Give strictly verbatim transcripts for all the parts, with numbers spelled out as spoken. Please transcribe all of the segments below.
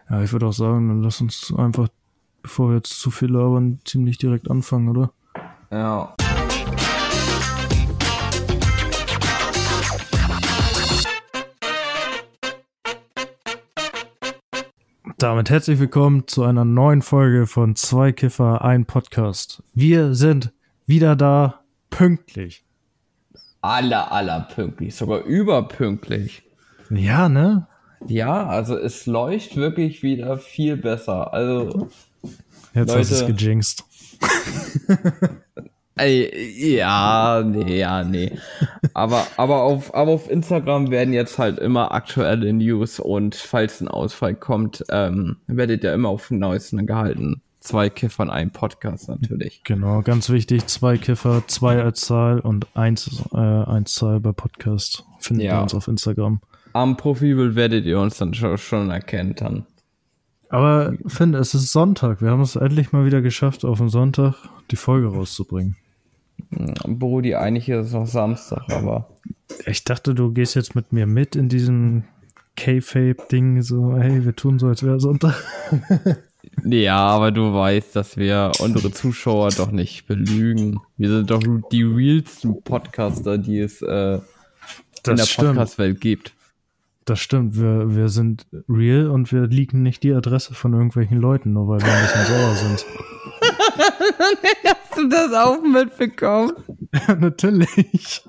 Ja, ich würde auch sagen, dann lass uns einfach, bevor wir jetzt zu viel labern, ziemlich direkt anfangen, oder? Ja. Damit herzlich willkommen zu einer neuen Folge von Zwei Kiffer, ein Podcast. Wir sind wieder da, pünktlich. Aller, aller pünktlich, sogar überpünktlich. Ja, ne? Ja, also es läuft wirklich wieder viel besser. Also, Jetzt Leute, hast du es gejinxt. Ey, ja, nee, ja, nee. Aber, aber, auf, aber auf Instagram werden jetzt halt immer aktuelle News und falls ein Ausfall kommt, ähm, werdet ihr immer auf dem Neuesten gehalten. Zwei Kiffern, ein Podcast natürlich. Genau, ganz wichtig, zwei Kiffer, zwei als Zahl und eins, äh, eins Zahl bei Podcast. Findet Ja. ihr uns auf Instagram. Am Profilbild werdet ihr uns dann schon, schon erkennen dann. Aber Finn, es ist Sonntag. Wir haben es endlich mal wieder geschafft, auf dem Sonntag die Folge rauszubringen. Brudi, eigentlich ist es noch Samstag, aber... Ich dachte, du gehst jetzt mit mir mit in diesem K-Fape-Ding, so, hey, wir tun so, als wäre Sonntag. Ja, aber du weißt, dass wir unsere Zuschauer doch nicht belügen. Wir sind doch die realsten Podcaster, die es äh, in der Podcast-Welt gibt. Das stimmt, wir, wir sind real und wir leaken nicht die Adresse von irgendwelchen Leuten, nur weil wir ein bisschen sauer sind. Hast du das auch mitbekommen? Ja, natürlich.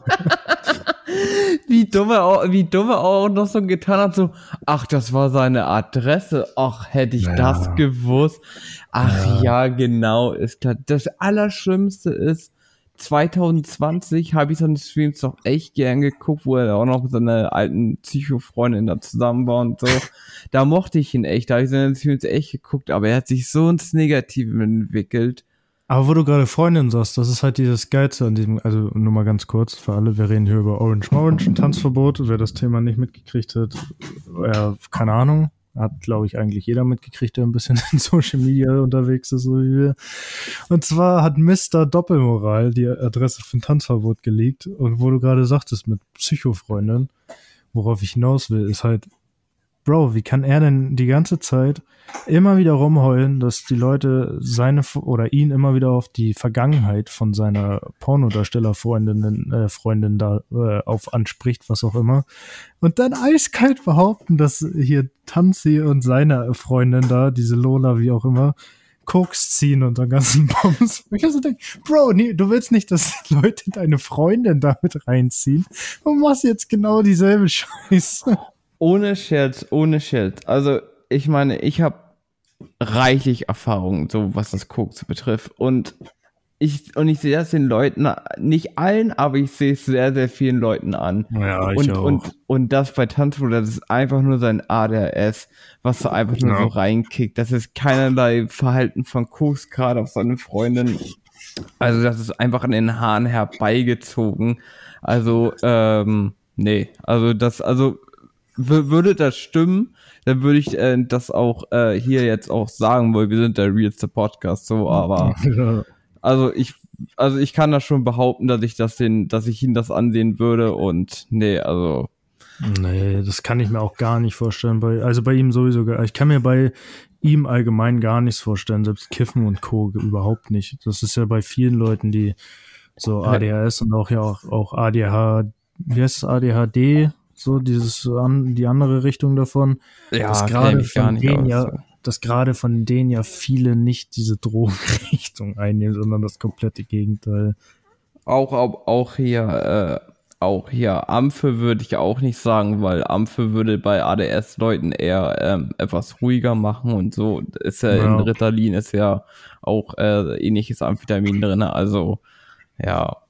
Wie dumm er auch, wie dumm er auch noch so getan hat, so, ach, das war seine Adresse, ach, hätte ich Ja. das gewusst. Ach Ja. ja, genau, ist klar. Das Allerschlimmste ist, zwanzig zwanzig habe ich so eine Streams doch echt gern geguckt, wo er auch noch mit seiner alten Psycho-Freundin da zusammen war und so. Da mochte ich ihn echt, da habe ich seine Streams echt geguckt, aber er hat sich so ins Negative entwickelt. Aber wo du gerade Freundin sagst, das ist halt dieses Geilste an diesem, also nur mal ganz kurz für alle, wir reden hier über Orange Orange, ein Tanzverbot. Wer das Thema nicht mitgekriegt hat, äh, keine Ahnung, hat, glaube ich, eigentlich jeder mitgekriegt, der ein bisschen in Social Media unterwegs ist, so wie wir. Und zwar hat Mister Doppelmoral die Adresse für ein Tanzverbot geleakt. Und wo du gerade sagtest, mit Psychofreundin, worauf ich hinaus will, ist halt, Bro, wie kann er denn die ganze Zeit immer wieder rumheulen, dass die Leute seine oder ihn immer wieder auf die Vergangenheit von seiner Pornodarstellerfreundin äh, Freundin da äh, auf anspricht, was auch immer, und dann eiskalt behaupten, dass hier Tanzi und seine Freundin da, diese Lola, wie auch immer, Koks ziehen und dann ganzen Bombs. Ich also denke, Bro, nee, du willst nicht, dass Leute deine Freundin damit reinziehen. Du machst jetzt genau dieselbe Scheiße. Ohne Scherz, ohne Scherz. Also, ich meine, ich habe reichlich Erfahrung, so was das Koks betrifft. Und ich, und ich sehe das den Leuten, nicht allen, aber ich sehe es sehr, sehr vielen Leuten an. Ja, ich und, auch. und, und das bei Tanzflug, das ist einfach nur sein A D H S, was da einfach nur Ja. so reinkickt. Das ist keinerlei Verhalten von Koks, gerade auf seine Freundin. Also, das ist einfach an den Haaren herbeigezogen. Also, ähm, nee, also das, also, würde das stimmen, dann würde ich äh, das auch äh, hier jetzt auch sagen, weil wir sind der realste Podcast, so, aber Ja. also ich also ich kann das schon behaupten, dass ich das den, dass ich ihn das ansehen würde und nee, also Nee, das kann ich mir auch gar nicht vorstellen. Bei, also bei ihm sowieso gar Ich kann mir bei ihm allgemein gar nichts vorstellen, selbst Kiffen und Co. überhaupt nicht. Das ist ja bei vielen Leuten, die so A D H S und auch ja auch, auch A D H, wie heißt es, A D H D, so dieses an, die andere Richtung davon, ja, dass kenn gerade ich gar von nicht denen aus, ja, so. dass gerade von denen ja viele nicht diese Drogenrichtung einnehmen, sondern das komplette Gegenteil. Auch auch, auch hier äh, auch hier Ampfe würde ich auch nicht sagen, weil Ampfe würde bei A D S-Leuten eher ähm, etwas ruhiger machen und so. Ist ja, Ja. in Ritalin ist ja auch äh, ähnliches Amphetamin drin, also ja.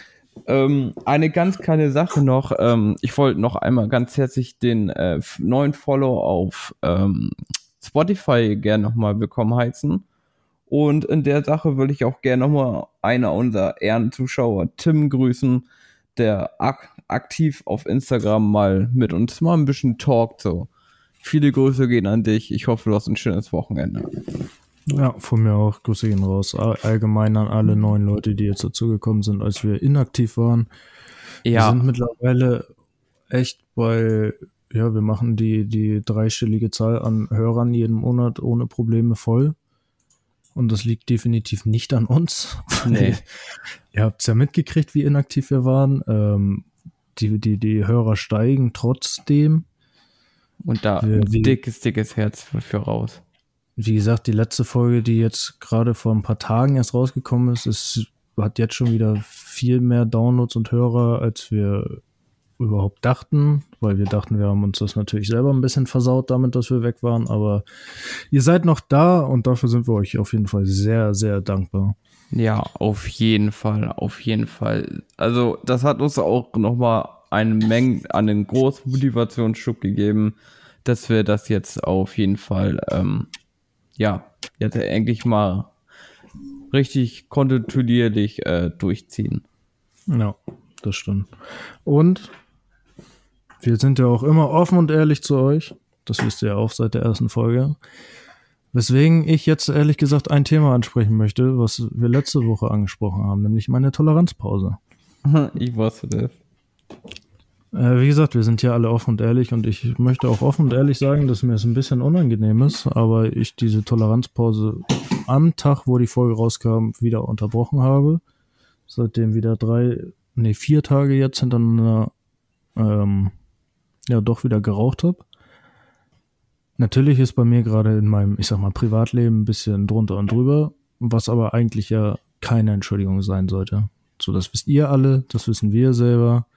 Ähm, eine ganz kleine Sache noch, ähm, ich wollte noch einmal ganz herzlich den äh, neuen Follow auf ähm, Spotify gerne nochmal willkommen heißen. Und in der Sache würde ich auch gerne nochmal einer unserer Ehrenzuschauer, Tim, grüßen, der ak- aktiv auf Instagram mal mit uns mal ein bisschen talkt. So. Viele Grüße gehen an dich. Ich hoffe, du hast ein schönes Wochenende. Ja, von mir auch. Grüße gehen raus. All- Allgemein an alle neuen Leute, die jetzt dazugekommen sind, als wir inaktiv waren. Wir Ja, sind mittlerweile echt bei, ja, wir machen die, die dreistellige Zahl an Hörern jeden Monat ohne Probleme voll. Und das liegt definitiv nicht an uns. Nee. Ihr habt es ja mitgekriegt, wie inaktiv wir waren. Ähm, die, die, die Hörer steigen trotzdem. Und da wir, ein dickes, dickes Herz für, für raus. Wie gesagt, die letzte Folge, die jetzt gerade vor ein paar Tagen erst rausgekommen ist, ist, hat jetzt schon wieder viel mehr Downloads und Hörer, als wir überhaupt dachten, weil wir dachten, wir haben uns das natürlich selber ein bisschen versaut damit, dass wir weg waren, aber ihr seid noch da und dafür sind wir euch auf jeden Fall sehr, sehr dankbar. Ja, auf jeden Fall, auf jeden Fall. Also das hat uns auch nochmal eine Menge, einen großen Motivationsschub gegeben, dass wir das jetzt auf jeden Fall, ähm, ja, jetzt endlich mal richtig kontinuierlich äh, durchziehen. Ja, das stimmt. Und wir sind ja auch immer offen und ehrlich zu euch. Das wisst ihr ja auch seit der ersten Folge. Weswegen ich jetzt ehrlich gesagt ein Thema ansprechen möchte, was wir letzte Woche angesprochen haben, nämlich meine Toleranzpause. Ich wusste das. Äh, wie gesagt, wir sind hier alle offen und ehrlich und ich möchte auch offen und ehrlich sagen, dass mir es ein bisschen unangenehm ist, aber ich diese Toleranzpause am Tag, wo die Folge rauskam, wieder unterbrochen habe. Seitdem wieder drei, nee, vier Tage jetzt hintereinander ähm, ja doch wieder geraucht habe. Natürlich ist bei mir gerade in meinem, ich sag mal, Privatleben ein bisschen drunter und drüber, was aber eigentlich ja keine Entschuldigung sein sollte. So, das wisst ihr alle, das wissen wir selber.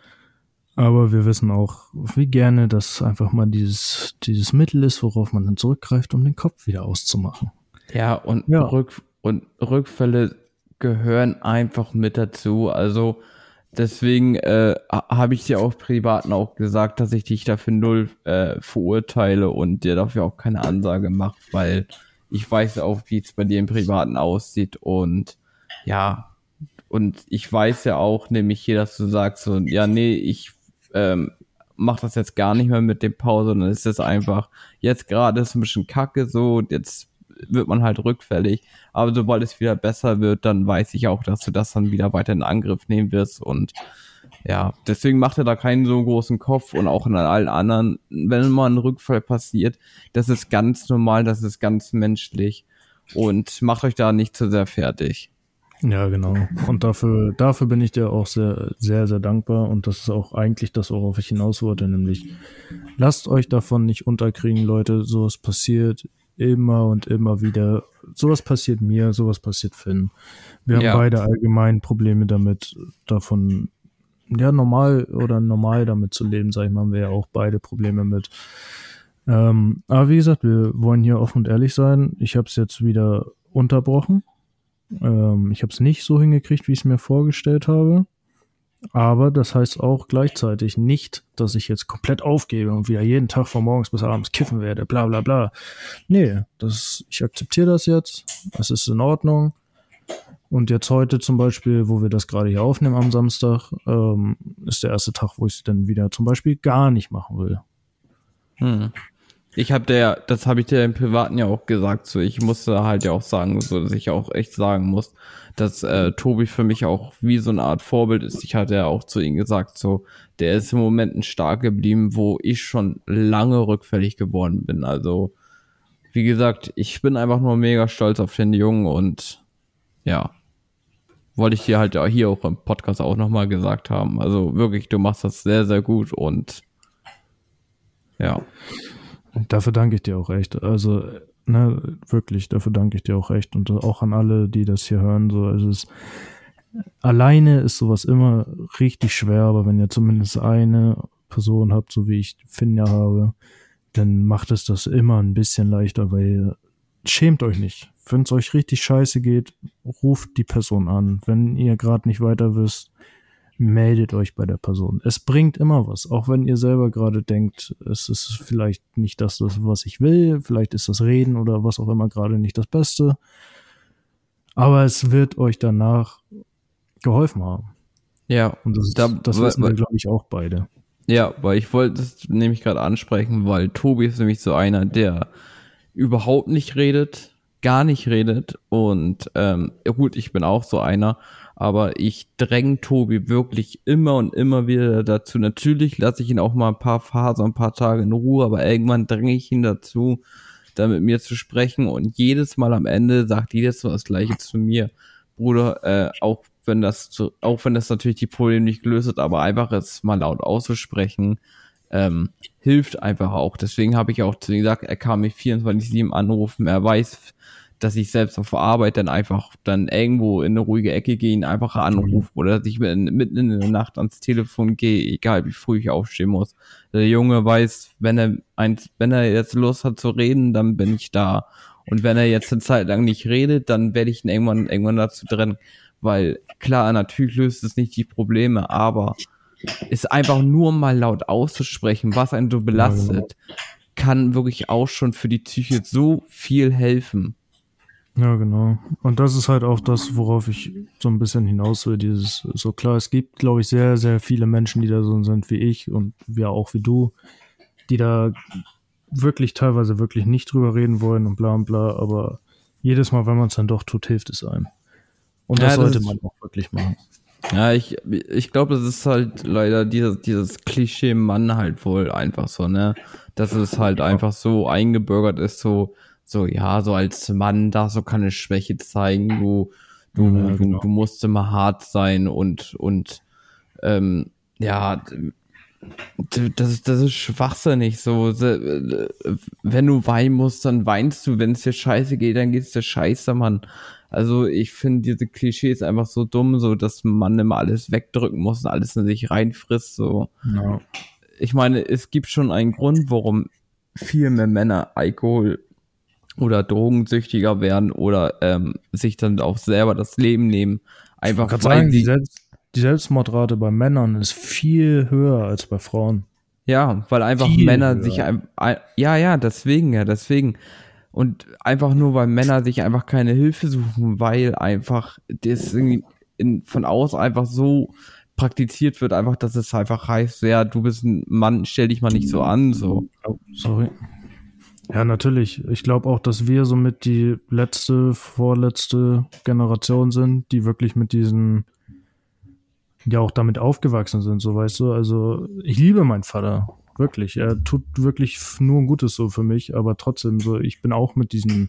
Aber wir wissen auch, wie gerne das einfach mal dieses, dieses Mittel ist, worauf man dann zurückgreift, um den Kopf wieder auszumachen. Ja, und, ja. Rück, und Rückfälle gehören einfach mit dazu. Also deswegen äh, habe ich dir auch privat auch gesagt, dass ich dich dafür null äh, verurteile und dir dafür auch keine Ansage mache, weil ich weiß auch, wie es bei dir im Privaten aussieht und ja, und ich weiß ja auch nämlich hier, dass du sagst so, ja, nee, ich ähm, mach das jetzt gar nicht mehr mit dem Pause, sondern ist das einfach, jetzt gerade ist ein bisschen kacke so, jetzt wird man halt rückfällig, aber sobald es wieder besser wird, dann weiß ich auch, dass du das dann wieder weiter in Angriff nehmen wirst und ja, deswegen macht er da keinen so großen Kopf und auch in allen anderen, wenn mal ein Rückfall passiert, das ist ganz normal, das ist ganz menschlich und macht euch da nicht zu sehr fertig. Ja, genau. Und dafür, dafür bin ich dir auch sehr, sehr, sehr dankbar. Und das ist auch eigentlich das, worauf ich hinaus wollte, nämlich lasst euch davon nicht unterkriegen, Leute. Sowas passiert immer und immer wieder. Sowas passiert mir, sowas passiert Finn. Wir haben Ja. beide allgemein Probleme damit, davon, ja, normal oder normal damit zu leben, sag ich mal, haben wir ja auch beide Probleme mit. Ähm, aber wie gesagt, wir wollen hier offen und ehrlich sein. Ich habe es jetzt wieder unterbrochen. Ähm, ich habe es nicht so hingekriegt, wie ich es mir vorgestellt habe. Aber das heißt auch gleichzeitig nicht, dass ich jetzt komplett aufgebe und wieder jeden Tag von morgens bis abends kiffen werde, bla bla bla. Nee, das, ich akzeptiere das jetzt. Es ist in Ordnung. Und jetzt heute zum Beispiel, wo wir das gerade hier aufnehmen am Samstag, ähm, ist der erste Tag, wo ich es dann wieder zum Beispiel gar nicht machen will. Hm. Ich habe der, das habe ich dir im Privaten ja auch gesagt, so ich musste halt ja auch sagen, so dass ich auch echt sagen muss, dass äh, Tobi für mich auch wie so eine Art Vorbild ist. Ich hatte ja auch zu ihm gesagt, so der ist im Moment ein stark geblieben, wo ich schon lange rückfällig geworden bin. Also wie gesagt, ich bin einfach nur mega stolz auf den Jungen und ja, wollte ich dir halt ja hier auch im Podcast auch nochmal gesagt haben. Also wirklich, du machst das sehr, sehr gut und ja. Dafür danke ich dir auch echt. Also, ne, wirklich, dafür danke ich dir auch echt. Und auch an alle, die das hier hören. So, also es, alleine ist sowas immer richtig schwer, aber wenn ihr zumindest eine Person habt, so wie ich Finn ja habe, dann macht es das immer ein bisschen leichter, weil schämt euch nicht. Wenn es euch richtig scheiße geht, ruft die Person an. Wenn ihr gerade nicht weiter wisst, meldet euch bei der Person. Es bringt immer was, auch wenn ihr selber gerade denkt, es ist vielleicht nicht das, was ich will, vielleicht ist das Reden oder was auch immer gerade nicht das Beste, aber es wird euch danach geholfen haben. Ja. Und das, da, das weil, wissen wir, glaube ich, auch beide. Ja, weil ich wollte das nämlich gerade ansprechen, weil Tobi ist nämlich so einer, der überhaupt nicht redet, gar nicht redet und ähm, gut, ich bin auch so einer, aber ich dränge Tobi wirklich immer und immer wieder dazu. Natürlich lasse ich ihn auch mal ein paar Phasen, ein paar Tage in Ruhe, aber irgendwann dränge ich ihn dazu, da mit mir zu sprechen, und jedes Mal am Ende sagt jedes Mal das Gleiche zu mir. Bruder, äh, auch wenn das zu, auch wenn das natürlich die Probleme nicht gelöst hat, aber einfach es mal laut auszusprechen, ähm, hilft einfach auch. Deswegen habe ich auch zu ihm gesagt, er kann mich vierundzwanzig sieben anrufen, er weiß, dass ich selbst auf der Arbeit dann einfach dann irgendwo in eine ruhige Ecke gehe, ihn einfach anrufe, oder dass ich mitten in der Nacht ans Telefon gehe, egal wie früh ich aufstehen muss. Der Junge weiß, wenn er eins, wenn er jetzt Lust hat zu reden, dann bin ich da. Und wenn er jetzt eine Zeit lang nicht redet, dann werde ich ihn irgendwann, irgendwann dazu trennen. Weil klar, natürlich löst es nicht die Probleme, aber ist einfach nur mal laut auszusprechen, was einen so belastet, kann wirklich auch schon für die Psyche so viel helfen. Ja, genau. Und das ist halt auch das, worauf ich so ein bisschen hinaus will. Dieses, so klar, es gibt, glaube ich, sehr, sehr viele Menschen, die da so sind wie ich und wir auch wie du, die da wirklich teilweise wirklich nicht drüber reden wollen und bla und bla, aber jedes Mal, wenn man es dann doch tut, hilft es einem. Und das, ja, das sollte man auch wirklich machen. Ja, ich, ich glaube, das ist halt leider dieses, dieses Klischee-Mann halt wohl einfach so, ne? Dass es halt einfach so eingebürgert ist, so, so, ja, so als Mann darfst du keine Schwäche zeigen, du, du, ja, genau. du, du musst immer hart sein und, und, ähm, ja, das, das ist schwachsinnig, so, wenn du weinen musst, dann weinst du, wenn es dir scheiße geht, dann geht's dir scheiße, Mann. Also ich finde diese Klischees einfach so dumm, so dass man immer alles wegdrücken muss und alles in sich reinfrisst. So. Ja. Ich meine, es gibt schon einen Grund, warum viel mehr Männer Alkohol oder drogensüchtiger werden oder ähm, sich dann auch selber das Leben nehmen. Einfach weil sagen, die, Selbst, die Selbstmordrate bei Männern ist viel höher als bei Frauen. Ja, weil einfach viel Männer höher. sich ein, ein, ja, ja, deswegen, ja, deswegen. Und einfach nur, weil Männer sich einfach keine Hilfe suchen, weil einfach das irgendwie in, von außen einfach so praktiziert wird, einfach, dass es einfach heißt, ja, du bist ein Mann, stell dich mal nicht so an, so. Oh, sorry. Ja, natürlich. Ich glaube auch, dass wir somit die letzte, vorletzte Generation sind, die wirklich mit diesen, ja auch damit aufgewachsen sind, so weißt du. Also ich liebe meinen Vater. Wirklich, er tut wirklich nur ein Gutes so für mich, aber trotzdem so, ich bin auch mit diesen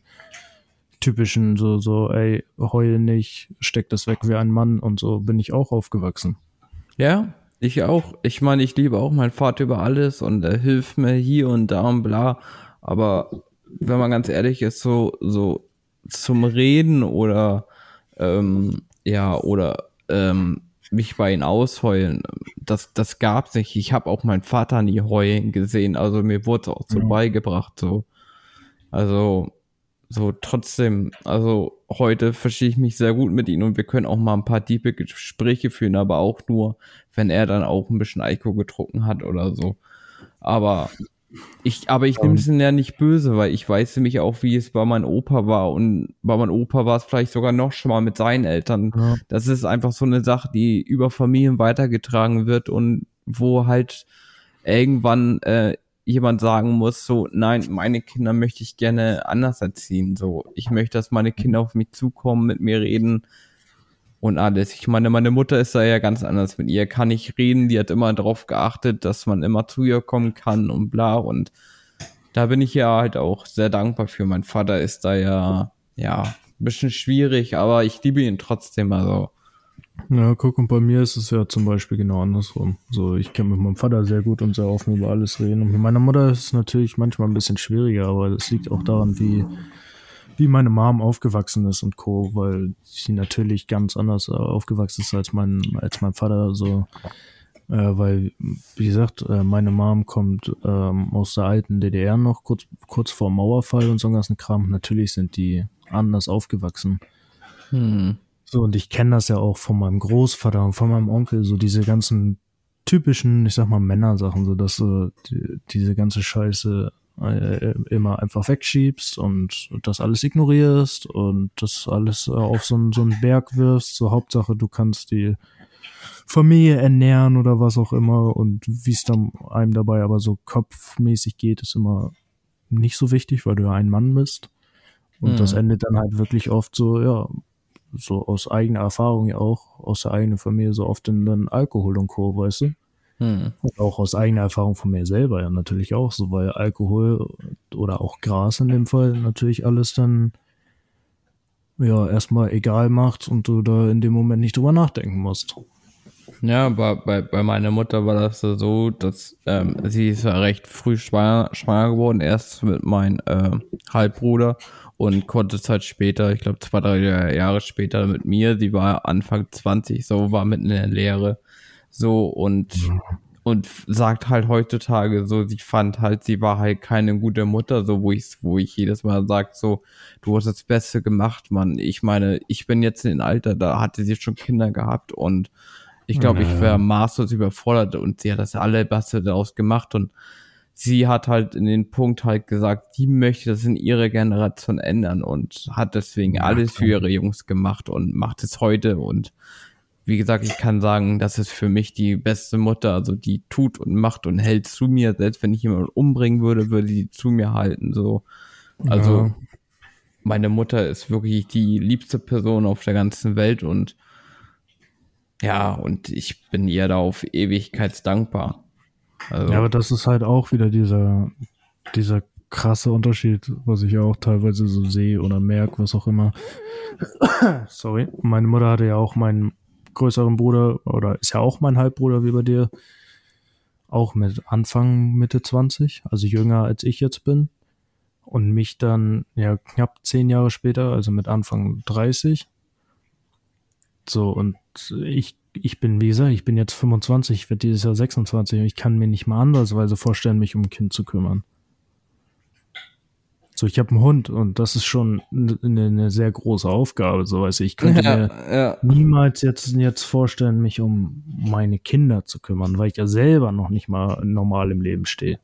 typischen so, so, ey, heul nicht, steck das weg wie ein Mann und so bin ich auch aufgewachsen. Ja, ich auch. Ich meine, ich liebe auch meinen Vater über alles und er hilft mir hier und da und bla, aber wenn man ganz ehrlich ist, so, so zum Reden oder, ähm, ja, oder, ähm, mich bei ihnen ausheulen, das, das gab's nicht. Ich habe auch meinen Vater nie heulen gesehen, also mir wurde es auch so ja. beigebracht, so. Also, so trotzdem, also heute verstehe ich mich sehr gut mit ihm und wir können auch mal ein paar tiefe Gespräche führen, aber auch nur, wenn er dann auch ein bisschen Alkohol getrunken hat oder so. Aber ich, aber ich nehme es ja nicht böse, weil ich weiß nämlich auch, wie es bei meinem Opa war und bei meinem Opa war es vielleicht sogar noch schon mal mit seinen Eltern. Ja. Das ist einfach so eine Sache, die über Familien weitergetragen wird und wo halt irgendwann äh, jemand sagen muss, so, nein, meine Kinder möchte ich gerne anders erziehen, so, ich möchte, dass meine Kinder auf mich zukommen, mit mir reden und alles. Ich meine, meine Mutter ist da ja ganz anders, mit ihr kann ich reden, die hat immer darauf geachtet, dass man immer zu ihr kommen kann und bla, und da bin ich ja halt auch sehr dankbar für. Mein Vater ist da ja, ja, ein bisschen schwierig, aber ich liebe ihn trotzdem, also. Ja, guck, und bei mir ist es ja zum Beispiel genau andersrum. So, ich kann mit meinem Vater sehr gut und sehr offen über alles reden. Und mit meiner Mutter ist es natürlich manchmal ein bisschen schwieriger, aber das liegt auch daran, wie, wie meine Mom aufgewachsen ist und Co., weil sie natürlich ganz anders aufgewachsen ist als mein, als mein Vater, so, äh, weil, wie gesagt, äh, meine Mom kommt ähm, aus der alten D D R noch, kurz, kurz vor Mauerfall und so einen ganzen Kram. Natürlich sind die anders aufgewachsen. Hm. So, und ich kenne das ja auch von meinem Großvater und von meinem Onkel, so diese ganzen typischen, ich sag mal, Männersachen, so dass du die, diese ganze Scheiße äh, immer einfach wegschiebst und das alles ignorierst und das alles äh, auf so, so einen Berg wirfst. So, Hauptsache, du kannst die Familie ernähren oder was auch immer, und wie es dann einem dabei aber so kopfmäßig geht, ist immer nicht so wichtig, weil du ja ein Mann bist. Und mhm. das endet dann halt wirklich oft so, ja, so aus eigener Erfahrung ja auch, aus der eigenen Familie so oft in dann Alkohol und Co., weißt du? Hm. Und auch aus eigener Erfahrung von mir selber ja natürlich auch so, weil Alkohol oder auch Gras in dem Fall natürlich alles dann ja erstmal egal macht und du da in dem Moment nicht drüber nachdenken musst. Ja, bei, bei, bei meiner Mutter war das so, dass ähm, sie ist ja recht früh schwanger, schwanger geworden, erst mit meinem äh, Halbbruder und kurze Zeit später, ich glaube zwei, drei Jahre später mit mir. Sie war Anfang zwanzig, so war mitten in der Lehre, so und ja. und sagt halt heutzutage so, sie fand halt, sie war halt keine gute Mutter, so wo ich wo ich jedes Mal sag so, du hast das Beste gemacht, Mann. Ich meine, ich bin jetzt in dem Alter, da hatte sie schon Kinder gehabt und ich glaube, ich wäre maßlos überfordert und sie hat das allerbeste daraus gemacht und sie hat halt in den Punkt halt gesagt, sie möchte das in ihrer Generation ändern und hat deswegen alles für ihre Jungs gemacht und macht es heute und wie gesagt, ich kann sagen, das ist für mich die beste Mutter, also die tut und macht und hält zu mir, selbst wenn ich jemanden umbringen würde, würde sie zu mir halten, so. Also, ja. Meine Mutter ist wirklich die liebste Person auf der ganzen Welt und ja, und ich bin ihr da auf Ewigkeitsdankbar. Also. Ja, aber das ist halt auch wieder dieser, dieser krasse Unterschied, was ich auch teilweise so sehe oder merke, was auch immer. Sorry. Meine Mutter hatte ja auch meinen größeren Bruder, oder ist ja auch mein Halbbruder wie bei dir, auch mit Anfang, Mitte zwanzig, also jünger als ich jetzt bin. Und mich dann ja knapp zehn Jahre später, also mit Anfang dreißig. So, und ich, ich bin, wie gesagt, ich bin jetzt fünfundzwanzig, ich werde dieses Jahr sechsundzwanzig und ich kann mir nicht mal andersweise vorstellen, mich um ein Kind zu kümmern. So, ich habe einen Hund und das ist schon eine, eine sehr große Aufgabe, so weiß ich. Ich könnte ja, mir ja. niemals jetzt, jetzt vorstellen, mich um meine Kinder zu kümmern, weil ich ja selber noch nicht mal normal im Leben stehe.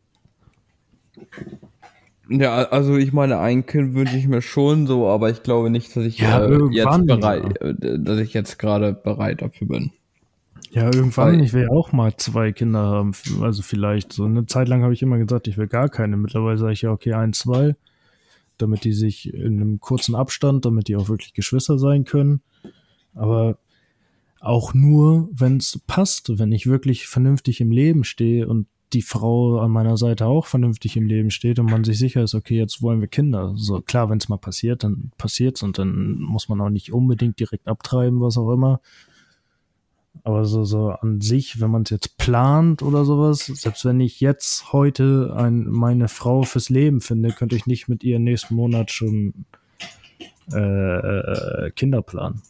Ja, also ich meine, ein Kind wünsche ich mir schon so, aber ich glaube nicht, dass ich ja, äh, jetzt bereit, ja. dass ich jetzt gerade bereit dafür bin. Ja, irgendwann, Weil, ich will ja auch mal zwei Kinder haben, also vielleicht so. Eine Zeit lang habe ich immer gesagt, ich will gar keine. Mittlerweile sage ich ja, okay, ein, zwei, damit die sich in einem kurzen Abstand, damit die auch wirklich Geschwister sein können. Aber auch nur, wenn es passt, wenn ich wirklich vernünftig im Leben stehe und die Frau an meiner Seite auch vernünftig im Leben steht und man sich sicher ist, okay, jetzt wollen wir Kinder. So klar, wenn es mal passiert, dann passiert's und dann muss man auch nicht unbedingt direkt abtreiben, was auch immer. Aber so, so an sich, wenn man es jetzt plant oder sowas, selbst wenn ich jetzt heute ein, meine Frau fürs Leben finde, könnte ich nicht mit ihr nächsten Monat schon äh, äh, Kinder planen.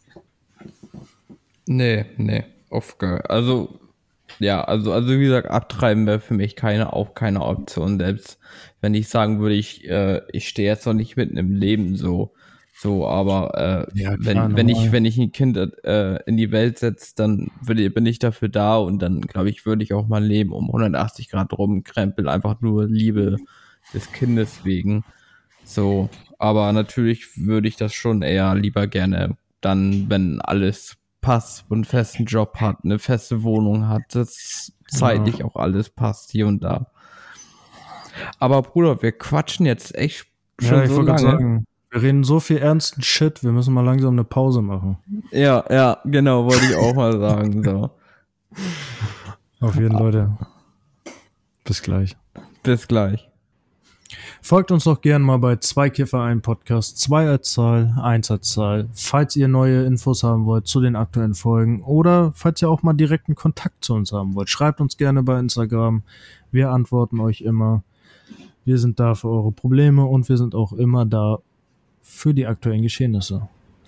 Nee, nee, auf gar. Also Ja, also, also wie gesagt, abtreiben wäre für mich keine, auch keine Option. Selbst wenn ich sagen würde, ich, äh, ich stehe jetzt noch nicht mitten im Leben so, so, aber äh, ja, klar, wenn, wenn ich, wenn ich ein Kind äh, in die Welt setze, dann würde, bin ich dafür da und dann, glaube ich, würde ich auch mein Leben um hundertachtzig Grad rumkrempeln, einfach nur Liebe des Kindes wegen. So, aber natürlich würde ich das schon eher lieber gerne dann, wenn alles passt und einen festen Job hat, eine feste Wohnung hat, das zeitlich ja. auch alles passt hier und da. Aber Bruder, wir quatschen jetzt echt schon ja, ich so lange. Sagen, wir reden so viel ernsten Shit, wir müssen mal langsam eine Pause machen. Ja, ja, genau, wollte ich auch mal sagen. So. Auf jeden Fall, Leute. Bis gleich. Bis gleich. Folgt uns doch gerne mal bei zwei Kiffer, ein Podcast, zwei als Zahl, eins als Zahl, falls ihr neue Infos haben wollt zu den aktuellen Folgen oder falls ihr auch mal direkten Kontakt zu uns haben wollt. Schreibt uns gerne bei Instagram, wir antworten euch immer. Wir sind da für eure Probleme und wir sind auch immer da für die aktuellen Geschehnisse.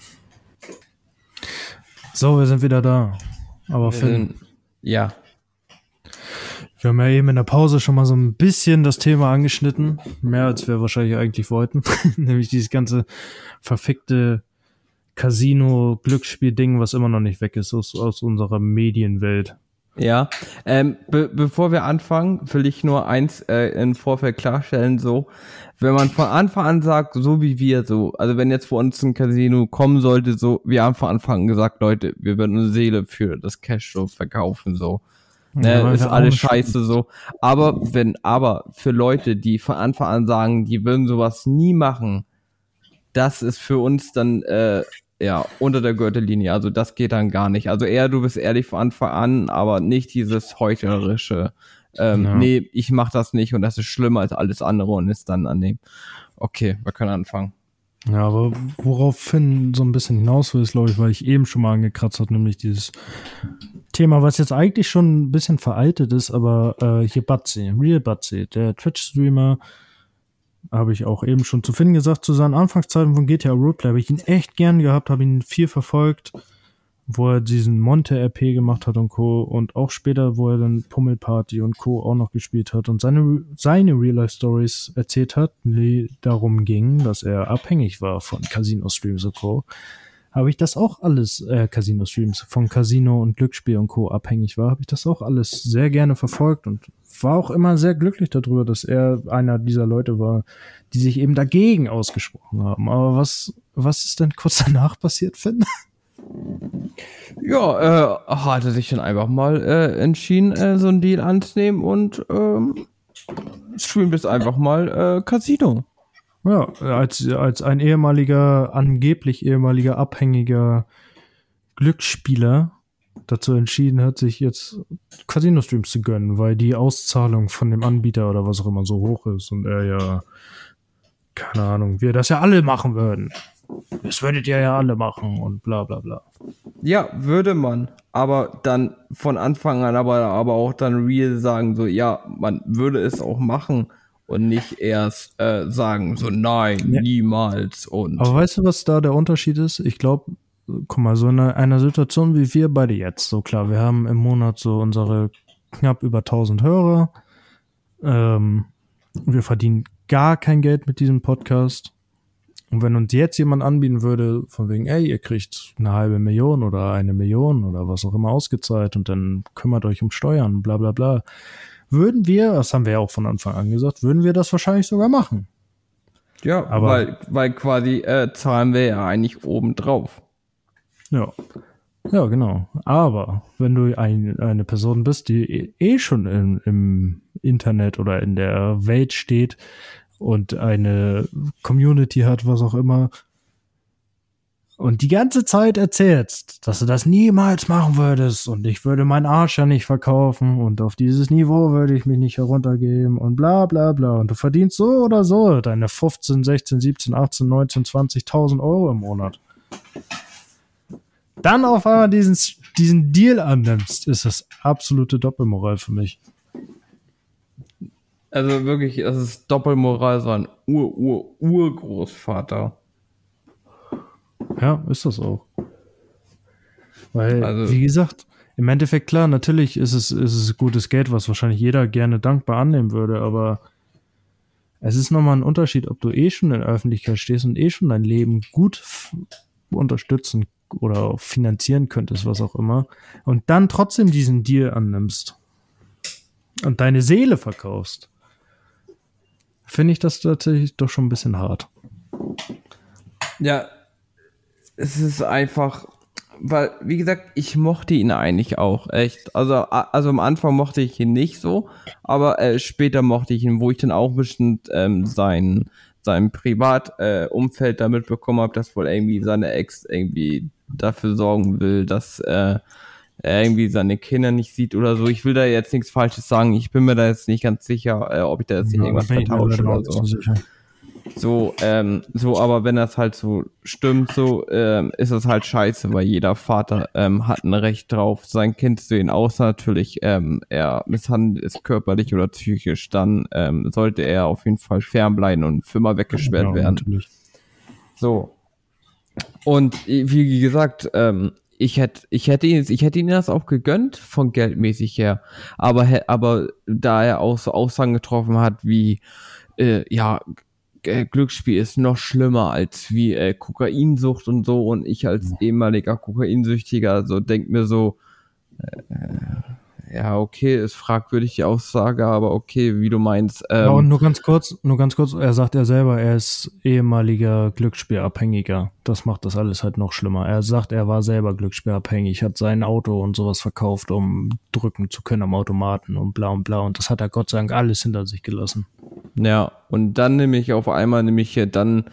So, wir sind wieder da. Aber Finn, ja. Wir haben ja eben in der Pause schon mal so ein bisschen das Thema angeschnitten. Mehr als wir wahrscheinlich eigentlich wollten. Nämlich dieses ganze verfickte Casino-Glücksspiel-Ding, was immer noch nicht weg ist aus, aus unserer Medienwelt. Ja, ähm, be- bevor wir anfangen, will ich nur eins äh, im Vorfeld klarstellen, so, wenn man von Anfang an sagt, so wie wir, so, also wenn jetzt vor uns ein Casino kommen sollte, so, wir haben von Anfang an gesagt, Leute, wir würden eine Seele für das Cashflow verkaufen, so. Ne, ja, ist alles scheiße so. Aber wenn, aber für Leute, die von Anfang an sagen, die würden sowas nie machen, das ist für uns dann, äh, ja, unter der Gürtellinie. Also das geht dann gar nicht. Also eher, du bist ehrlich von Anfang an, aber nicht dieses heuchlerische, ähm, Ja. nee, ich mach das nicht und das ist schlimmer als alles andere und ist dann an dem. Okay, wir können anfangen. Ja, aber worauf Finn so ein bisschen hinaus will, ist, glaube ich, weil ich eben schon mal angekratzt habe, nämlich dieses Thema, was jetzt eigentlich schon ein bisschen veraltet ist, aber äh, hier Batzi, Real Batzi, der Twitch-Streamer, habe ich auch eben schon zu Finn gesagt, zu seinen Anfangszeiten von G T A Roleplay habe ich ihn echt gern gehabt, habe ihn viel verfolgt, wo er diesen Monte-R P gemacht hat und Co. Und auch später, wo er dann Pummelparty und Co. auch noch gespielt hat und seine, seine Real-Life-Stories erzählt hat, die darum gingen, dass er abhängig war von Casino-Streams und Co., habe ich das auch alles, äh, Casino-Streams, von Casino und Glücksspiel und Co. abhängig war, habe ich das auch alles sehr gerne verfolgt und war auch immer sehr glücklich darüber, dass er einer dieser Leute war, die sich eben dagegen ausgesprochen haben. Aber was, was ist denn kurz danach passiert, Finn? Ja, äh, hat er sich dann einfach mal äh, entschieden, äh, so einen Deal anzunehmen und ähm, streamt jetzt einfach mal äh, Casino. Ja, als, als ein ehemaliger, angeblich ehemaliger abhängiger Glücksspieler dazu entschieden hat, sich jetzt Casino-Streams zu gönnen, weil die Auszahlung von dem Anbieter oder was auch immer so hoch ist und er ja, keine Ahnung, wir das ja alle machen würden. Das würdet ihr ja alle machen und bla bla bla. Ja, würde man, aber dann von Anfang an aber, aber auch dann real sagen, so, ja, man würde es auch machen und nicht erst äh, sagen, so, nein, ja. niemals. Und aber weißt du, was da der Unterschied ist? Ich glaube, guck mal, so in einer, einer Situation wie wir beide jetzt, so klar, wir haben im Monat so unsere knapp über tausend Hörer, ähm, wir verdienen gar kein Geld mit diesem Podcast. Und wenn uns jetzt jemand anbieten würde, von wegen, ey, ihr kriegt eine halbe Million oder eine Million oder was auch immer ausgezahlt und dann kümmert euch um Steuern, bla bla bla, würden wir, das haben wir ja auch von Anfang an gesagt, würden wir das wahrscheinlich sogar machen. Ja, aber weil, weil quasi äh, zahlen wir ja eigentlich oben drauf. Ja, ja, genau. Aber wenn du ein, eine Person bist, die eh schon im, im Internet oder in der Welt steht, und eine Community hat, was auch immer, und die ganze Zeit erzählst, dass du das niemals machen würdest und ich würde meinen Arsch ja nicht verkaufen und auf dieses Niveau würde ich mich nicht heruntergeben und bla bla bla und du verdienst so oder so deine fünfzehn, sechzehn, siebzehn, achtzehn, neunzehn, zwanzigtausend Euro im Monat. Dann auf einmal diesen, diesen Deal annimmst, ist das absolute Doppelmoral für mich. Also wirklich, das ist Doppelmoral, so ein Ur-Ur-Urgroßvater. Ja, ist das auch. Weil, also, wie gesagt, im Endeffekt, klar, natürlich ist es, ist es gutes Geld, was wahrscheinlich jeder gerne dankbar annehmen würde, aber es ist nochmal ein Unterschied, ob du eh schon in der Öffentlichkeit stehst und eh schon dein Leben gut f- unterstützen oder finanzieren könntest, was auch immer, und dann trotzdem diesen Deal annimmst und deine Seele verkaufst. Finde ich das tatsächlich doch schon ein bisschen hart. Ja, es ist einfach, weil, wie gesagt, ich mochte ihn eigentlich auch, echt. Also, also am Anfang mochte ich ihn nicht so, aber äh, später mochte ich ihn, wo ich dann auch bestimmt ähm, sein, sein Privatumfeld äh, damit bekommen habe, dass wohl irgendwie seine Ex irgendwie dafür sorgen will, dass äh, er irgendwie seine Kinder nicht sieht oder so. Ich will da jetzt nichts Falsches sagen. Ich bin mir da jetzt nicht ganz sicher, äh, ob ich da jetzt Ja, irgendwas vertausche oder so. So, ähm, so, aber wenn das halt so stimmt, so, ähm, ist das halt scheiße, weil jeder Vater ähm, hat ein Recht drauf, sein Kind zu sehen, außer natürlich, ähm, er misshandelt ist körperlich oder psychisch, dann ähm, sollte er auf jeden Fall fernbleiben und für immer weggesperrt ja, werden. Natürlich. So. Und wie gesagt, ähm, ich hätte, ich hätte ihn, ich hätte ihn das auch gegönnt, von geldmäßig her, aber, aber da er auch so Aussagen getroffen hat, wie, äh, ja, Glücksspiel ist noch schlimmer als wie äh, Kokainsucht und so und ich als ehemaliger Kokainsüchtiger so denk mir so äh, ja okay, ist fragwürdig die Aussage, aber okay, wie du meinst. Ähm, ja, und nur ganz kurz, nur ganz kurz, er sagt ja selber, er ist ehemaliger Glücksspielabhängiger. Das macht das alles halt noch schlimmer. Er sagt, er war selber Glücksspielabhängig, hat sein Auto und sowas verkauft, um drücken zu können am Automaten und bla und bla und das hat er Gott sei Dank alles hinter sich gelassen. Ja, und dann nämlich auf einmal nämlich dann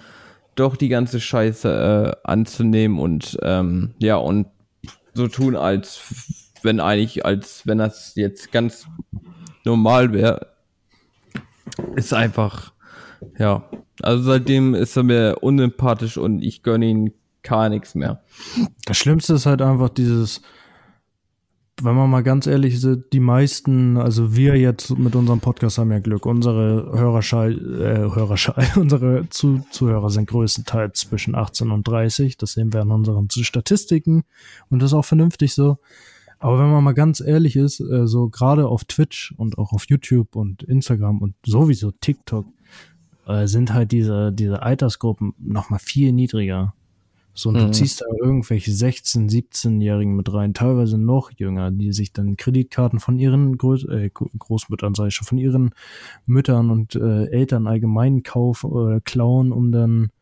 doch die ganze Scheiße äh, anzunehmen und ähm, ja, und so tun, als wenn eigentlich, als wenn das jetzt ganz normal wäre, ist einfach, ja, also seitdem ist er mir unsympathisch und ich gönne ihm gar nichts mehr. Das Schlimmste ist halt einfach dieses, wenn man mal ganz ehrlich ist, die meisten, also wir jetzt mit unserem Podcast haben ja Glück. Unsere Hörerschall, äh, Hörerschall, unsere Zu- Zuhörer sind größtenteils zwischen achtzehn und dreißig. Das sehen wir an unseren Statistiken und das ist auch vernünftig so. Aber wenn man mal ganz ehrlich ist, äh, so gerade auf Twitch und auch auf YouTube und Instagram und sowieso TikTok, äh, sind halt diese, diese Altersgruppen noch mal viel niedriger. So, und du Mhm. ziehst da irgendwelche sechzehn-, siebzehn-Jährigen mit rein, teilweise noch jünger, die sich dann Kreditkarten von ihren Groß äh, Großmüttern, sag ich schon, von ihren Müttern und äh, Eltern allgemein kaufen oder äh, klauen, um dann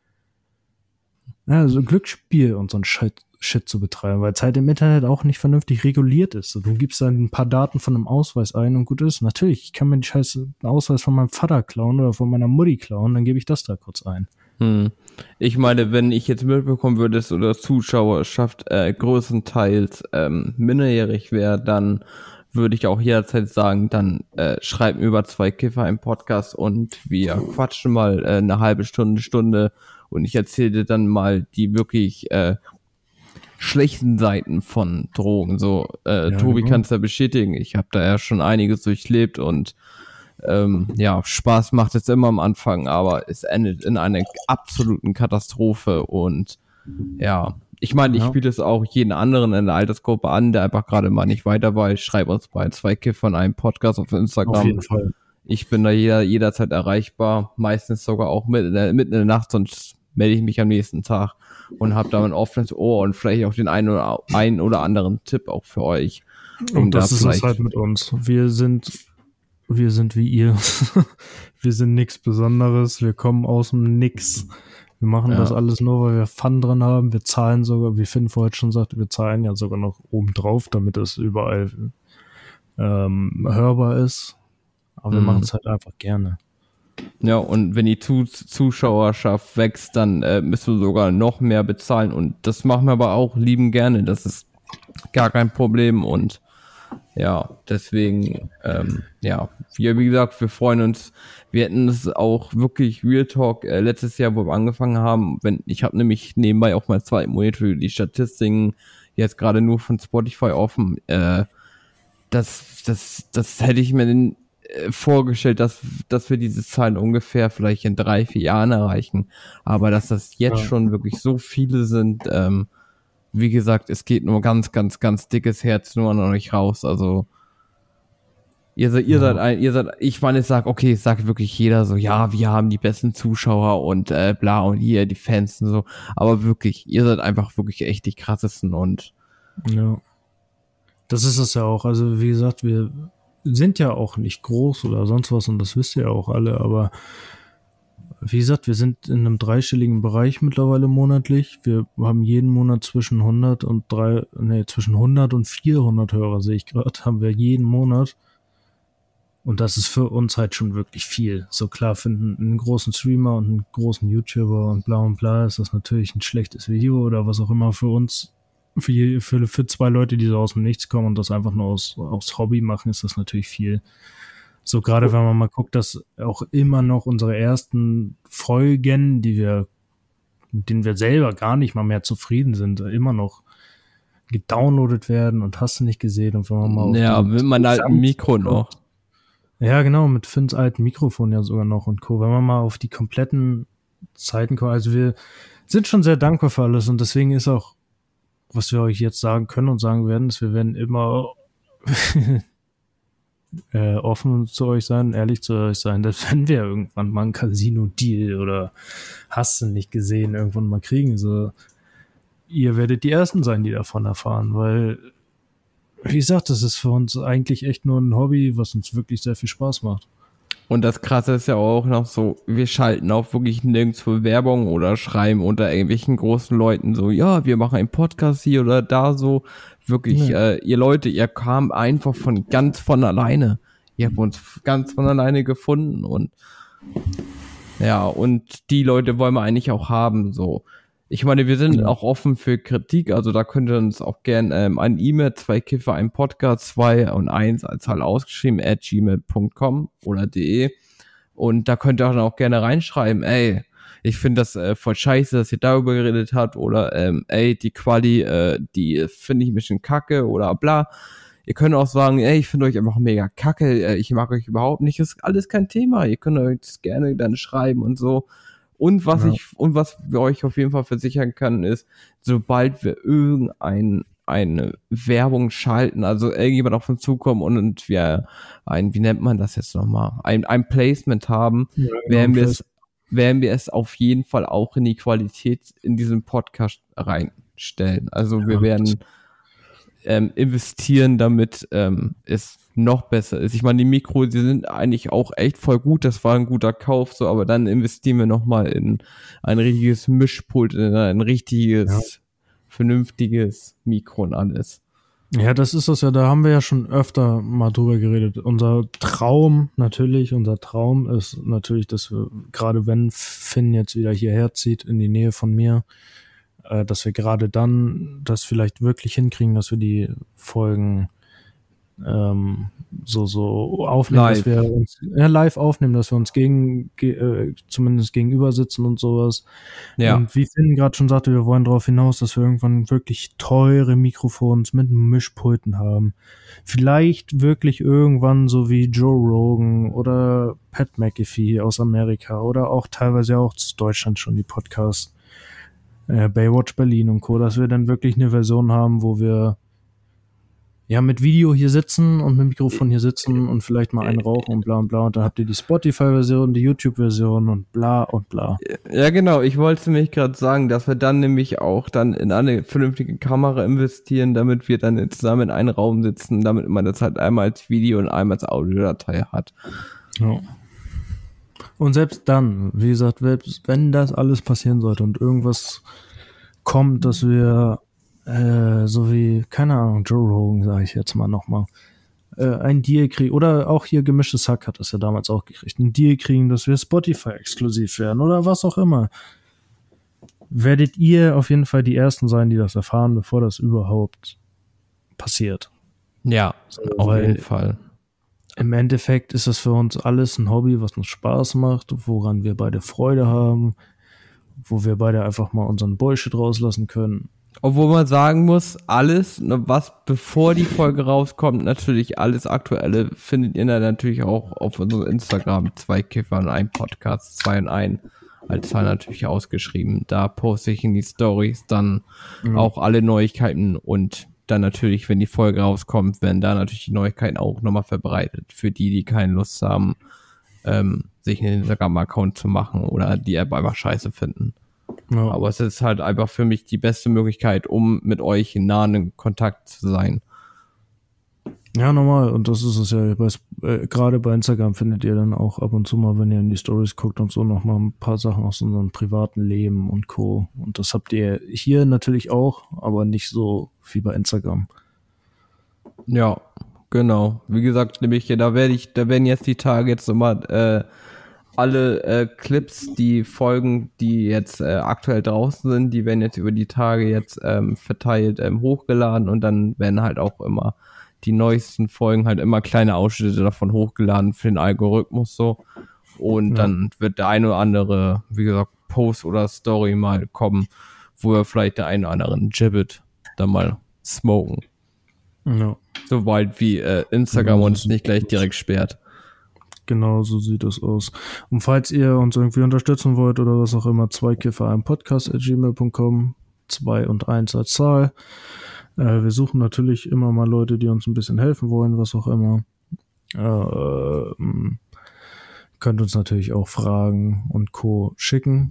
ja, so Glücksspiel und so ein Shit, Shit zu betreiben, weil es halt im Internet auch nicht vernünftig reguliert ist. So, du gibst dann ein paar Daten von einem Ausweis ein und gut ist. Natürlich, ich kann mir den scheiß Ausweis von meinem Vater klauen oder von meiner Mutti klauen, dann gebe ich das da kurz ein. Hm. Ich meine, wenn ich jetzt mitbekommen würde, dass oder Zuschauerschaft äh, größtenteils ähm, minderjährig wäre, dann würde ich auch jederzeit sagen, dann äh, schreibt mir über zwei Kiffer einen Podcast und wir quatschen mal äh, eine halbe Stunde, Stunde und ich erzähle dir dann mal die wirklich äh, schlechten Seiten von Drogen. So, äh, Ja, Tobi genau. kann es ja bestätigen, ich habe da ja schon einiges durchlebt und Ähm, ja, Spaß macht es immer am Anfang, aber es endet in einer absoluten Katastrophe und ja, ich meine, ich Ja. biete es auch jeden anderen in der Altersgruppe an, der einfach gerade mal nicht weiter weiß. Schreib uns bei zwei Kiffern einen Podcast auf Instagram. Auf jeden Fall. Ich bin da jeder, jederzeit erreichbar, meistens sogar auch mitten in der, mitten in der Nacht, sonst melde ich mich am nächsten Tag und habe da ein offenes Ohr und vielleicht auch den einen oder, einen oder anderen Tipp auch für euch. Um Und das da ist es halt mit uns. Wir sind Wir sind wie ihr. Wir sind nichts Besonderes. Wir kommen aus dem Nix. Wir machen Ja. das alles nur, weil wir Fun dran haben. Wir zahlen sogar, wie Finn vorhin schon sagte, wir zahlen ja sogar noch oben drauf, damit es überall ähm, hörbar ist. Aber wir Mhm. machen es halt einfach gerne. Ja, und wenn die Zu- Zuschauerschaft wächst, dann äh, müssen wir sogar noch mehr bezahlen. Und das machen wir aber auch lieben gerne. Das ist gar kein Problem. Und ja, deswegen, ähm, ja, wie, wie gesagt, wir freuen uns. Wir hätten es auch wirklich Real Talk äh, letztes Jahr, wo wir angefangen haben. Wenn ich habe nämlich nebenbei auch mal zwei Monitor die Statistiken jetzt gerade nur von Spotify offen. Äh, das, das, das hätte ich mir den, äh, vorgestellt, dass, dass wir diese Zahlen ungefähr vielleicht in drei, vier Jahren erreichen. Aber dass das jetzt Ja. schon wirklich so viele sind, ähm, wie gesagt, es geht nur ganz, ganz, ganz dickes Herz nur an euch raus. Also ihr seid, ihr Ja. seid ein, ihr seid, ich meine, ich sag, okay, es sagt wirklich jeder so, ja, wir haben die besten Zuschauer und äh, bla und hier die Fans und so. Aber wirklich, ihr seid einfach wirklich echt die krassesten und Ja. Das ist es ja auch. Also wie gesagt, wir sind ja auch nicht groß oder sonst was und das wisst ihr ja auch alle, aber wie gesagt, wir sind in einem dreistelligen Bereich mittlerweile monatlich. Wir haben jeden Monat zwischen hundert und drei, nee, zwischen hundert und vierhundert Hörer, sehe ich gerade, haben wir jeden Monat. Und das ist für uns halt schon wirklich viel. So klar finden einen großen Streamer und einen großen YouTuber und bla und bla ist das natürlich ein schlechtes Video oder was auch immer für uns, für, je- für, für zwei Leute, die so aus dem Nichts kommen und das einfach nur aus, aus Hobby machen, ist das natürlich viel. So gerade wenn man mal guckt, dass auch immer noch unsere ersten Folgen, die wir, mit denen wir selber gar nicht mal mehr zufrieden sind, immer noch gedownloadet werden und hast du nicht gesehen und wenn man mal auf ja, die mit meinem alten Gesamt- Mikro noch. Ja, genau, mit Finns alten Mikrofon ja sogar noch und Co. Wenn man mal auf die kompletten Zeiten kommt, also wir sind schon sehr dankbar für alles und deswegen ist auch, was wir euch jetzt sagen können und sagen werden, ist, wir werden immer äh, offen zu euch sein, ehrlich zu euch sein, dass wenn wir irgendwann mal einen Casino-Deal oder hast du nicht gesehen, irgendwann mal kriegen, so, ihr werdet die Ersten sein, die davon erfahren, weil, wie gesagt, das ist für uns eigentlich echt nur ein Hobby, was uns wirklich sehr viel Spaß macht. Und das Krasse ist ja auch noch so, wir schalten auch wirklich nirgendwo Werbung oder schreiben unter irgendwelchen großen Leuten so, ja, wir machen einen Podcast hier oder da so. Wirklich, Nee. äh, ihr Leute, ihr kam einfach von ganz von alleine. Ihr habt uns ganz von alleine gefunden und Ja, und die Leute wollen wir eigentlich auch haben, so. Ich meine, wir sind auch offen für Kritik, also da könnt ihr uns auch gerne ähm, ein E-Mail, zwei Kiffer, ein Podcast, zwei und eins als Zahl ausgeschrieben, at gmail punkt com oder de. Und da könnt ihr auch gerne reinschreiben, ey, ich finde das äh, voll scheiße, dass ihr darüber geredet habt, oder ähm, ey, die Quali, äh, die finde ich ein bisschen kacke oder bla. Ihr könnt auch sagen, ey, ich finde euch einfach mega kacke, äh, ich mag euch überhaupt nicht, ist alles kein Thema. Ihr könnt euch das gerne dann schreiben und so. Und was ja. ich, und was wir euch auf jeden Fall versichern kann, ist, sobald wir irgendein, eine Werbung schalten, also irgendjemand auf uns zukommen und, und wir ein, wie nennt man das jetzt nochmal, ein, ein Placement haben, ja, genau, werden wir es, werden wir es auf jeden Fall auch in die Qualität in diesem Podcast reinstellen. Also ja, wir werden ähm, investieren, damit ähm, es noch besser ist. Ich meine, die Mikros, die sind eigentlich auch echt voll gut, das war ein guter Kauf, so, aber dann investieren wir nochmal in ein richtiges Mischpult, in ein richtiges, ja. vernünftiges Mikro und alles. Ja, das ist das ja, da haben wir ja schon öfter mal drüber geredet. Unser Traum, natürlich, unser Traum ist natürlich, dass wir, gerade wenn Finn jetzt wieder hierher zieht, in die Nähe von mir, äh, dass wir gerade dann das vielleicht wirklich hinkriegen, dass wir die Folgen ähm, so so aufnehmen, live. dass wir uns ja, live aufnehmen, dass wir uns gegen ge, äh, zumindest gegenüber sitzen und sowas. Ja. Und wie Finn gerade schon sagte, wir wollen darauf hinaus, dass wir irgendwann wirklich teure Mikrofons mit Mischpulten haben. Vielleicht wirklich irgendwann so wie Joe Rogan oder Pat McAfee aus Amerika oder auch teilweise auch aus Deutschland schon die Podcasts, äh, Baywatch Berlin und Co., dass wir dann wirklich eine Version haben, wo wir ja mit Video hier sitzen und mit Mikrofon hier sitzen und vielleicht mal einen rauchen und bla und bla. Und dann habt ihr die Spotify-Version, die YouTube-Version und bla und bla. Ja, genau. Ich wollte nämlich gerade sagen, dass wir dann nämlich auch dann in eine vernünftige Kamera investieren, damit wir dann zusammen in einem Raum sitzen, damit man das halt einmal als Video und einmal als Audiodatei hat. Ja. Und selbst dann, wie gesagt, selbst wenn das alles passieren sollte und irgendwas kommt, dass wir Äh, so wie, keine Ahnung, Joe Rogan, sage ich jetzt mal nochmal, äh, ein Deal kriegen, oder auch hier Gemischtes Hack hat das ja damals auch gekriegt, ein Deal kriegen, dass wir Spotify-exklusiv werden oder was auch immer, werdet ihr auf jeden Fall die Ersten sein, die das erfahren, bevor das überhaupt passiert. Ja, so, auf jeden Fall. Im Endeffekt ist das für uns alles ein Hobby, was uns Spaß macht, woran wir beide Freude haben, wo wir beide einfach mal unseren Bullshit rauslassen können. Obwohl man sagen muss, alles, was bevor die Folge rauskommt, natürlich alles Aktuelle, findet ihr dann natürlich auch auf unserem Instagram, zwei Kiffer und ein Podcast, zwei und ein, als Zahl natürlich ausgeschrieben. Da poste ich in die Stories dann mhm. auch alle Neuigkeiten und dann natürlich, wenn die Folge rauskommt, werden da natürlich die Neuigkeiten auch nochmal verbreitet. Für die, die keine Lust haben, ähm, sich einen Instagram-Account zu machen oder die App einfach scheiße finden. Ja. Aber es ist halt einfach für mich die beste Möglichkeit, um mit euch in nahen Kontakt zu sein. Ja, normal. Und das ist es ja. Bei, äh, gerade bei Instagram findet ihr dann auch ab und zu mal, wenn ihr in die Stories guckt und so, noch mal ein paar Sachen aus unserem privaten Leben und Co. Und das habt ihr hier natürlich auch, aber nicht so wie bei Instagram. Ja, genau. Wie gesagt, nämlich, da werde ich, da werden jetzt die Tage jetzt nochmal äh, alle äh, Clips, die Folgen, die jetzt äh, aktuell draußen sind, die werden jetzt über die Tage jetzt ähm, verteilt ähm, hochgeladen und dann werden halt auch immer die neuesten Folgen halt immer kleine Ausschnitte davon hochgeladen für den Algorithmus so und ja. Dann wird der eine oder andere, wie gesagt, Post oder Story mal kommen, wo wir vielleicht der eine oder anderen Gibbet dann mal smoken. Ja. Soweit wie äh, Instagram ja, uns nicht gleich direkt sperrt. Genau, so sieht es aus. Und falls ihr uns irgendwie unterstützen wollt oder was auch immer, zwei Kiffer ein Podcast at gmail punkt com, zwei und eins als Zahl. Äh, wir suchen natürlich immer mal Leute, die uns ein bisschen helfen wollen, was auch immer. Äh, könnt uns natürlich auch Fragen und Co. schicken.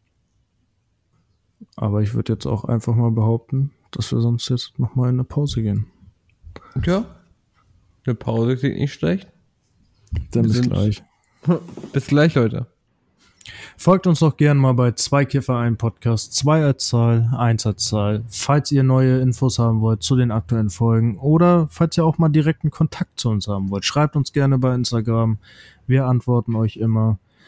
Aber ich würde jetzt auch einfach mal behaupten, dass wir sonst jetzt nochmal in eine Pause gehen. Ja, eine Pause klingt nicht schlecht. Dann bis gleich. Bis gleich, Leute. Folgt uns doch gern mal bei zwei Kiffer ein Podcast, zwei als Zahl, eins als Zahl, falls ihr neue Infos haben wollt zu den aktuellen Folgen oder falls ihr auch mal direkten Kontakt zu uns haben wollt. Schreibt uns gerne bei Instagram, wir antworten euch immer.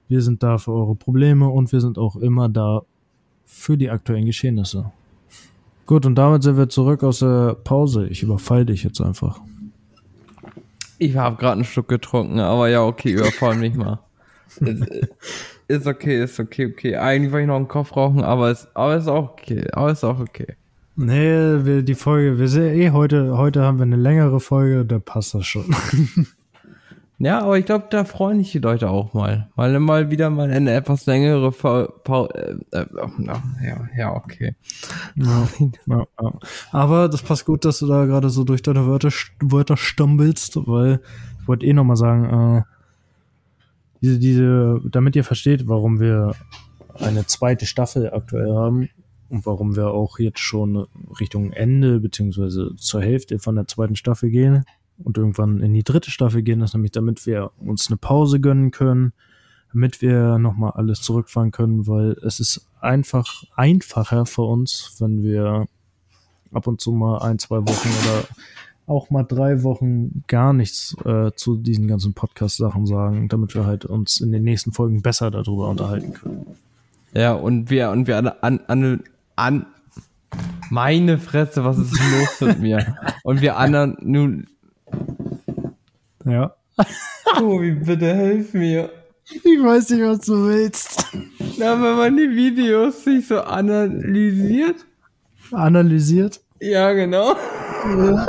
Wir sind da für eure Probleme und wir sind auch immer da für die aktuellen Geschehnisse. Gut, und damit sind wir zurück aus der Pause. Ich überfall dich jetzt einfach. Ich habe gerade einen Schluck getrunken, aber ja, okay, überfall mich mal. ist, ist okay, ist okay, okay. Eigentlich wollte ich noch einen Kopf rauchen, aber ist, aber ist auch okay, aber ist auch okay. Nee, wir, die Folge, wir sehen eh heute, heute haben wir eine längere Folge, da passt das schon. Ja, aber ich glaube, da freuen sich die Leute auch mal. Mal, mal wieder mal eine etwas längere Pause. Äh, äh, ja, ja, okay. Ja, ja, ja. Aber das passt gut, dass du da gerade so durch deine Wörter, Wörter stammelst, weil ich wollte eh nochmal sagen, äh, diese, diese, damit ihr versteht, warum wir eine zweite Staffel aktuell haben und warum wir auch jetzt schon Richtung Ende beziehungsweise zur Hälfte von der zweiten Staffel gehen und irgendwann in die dritte Staffel gehen, ist nämlich, damit wir uns eine Pause gönnen können, damit wir nochmal alles zurückfahren können, weil es ist einfach einfacher für uns, wenn wir ab und zu mal ein, zwei Wochen oder auch mal drei Wochen gar nichts äh, zu diesen ganzen Podcast-Sachen sagen, damit wir halt uns in den nächsten Folgen besser darüber unterhalten können. Ja, und wir, und wir alle an, an, an, meine Fresse, was ist los mit mir? Und wir anderen nun, ja. Tobi, bitte helf mir. Ich weiß nicht, was du willst. Na, wenn man die Videos sich so analysiert. Analysiert? Ja, genau. Ja.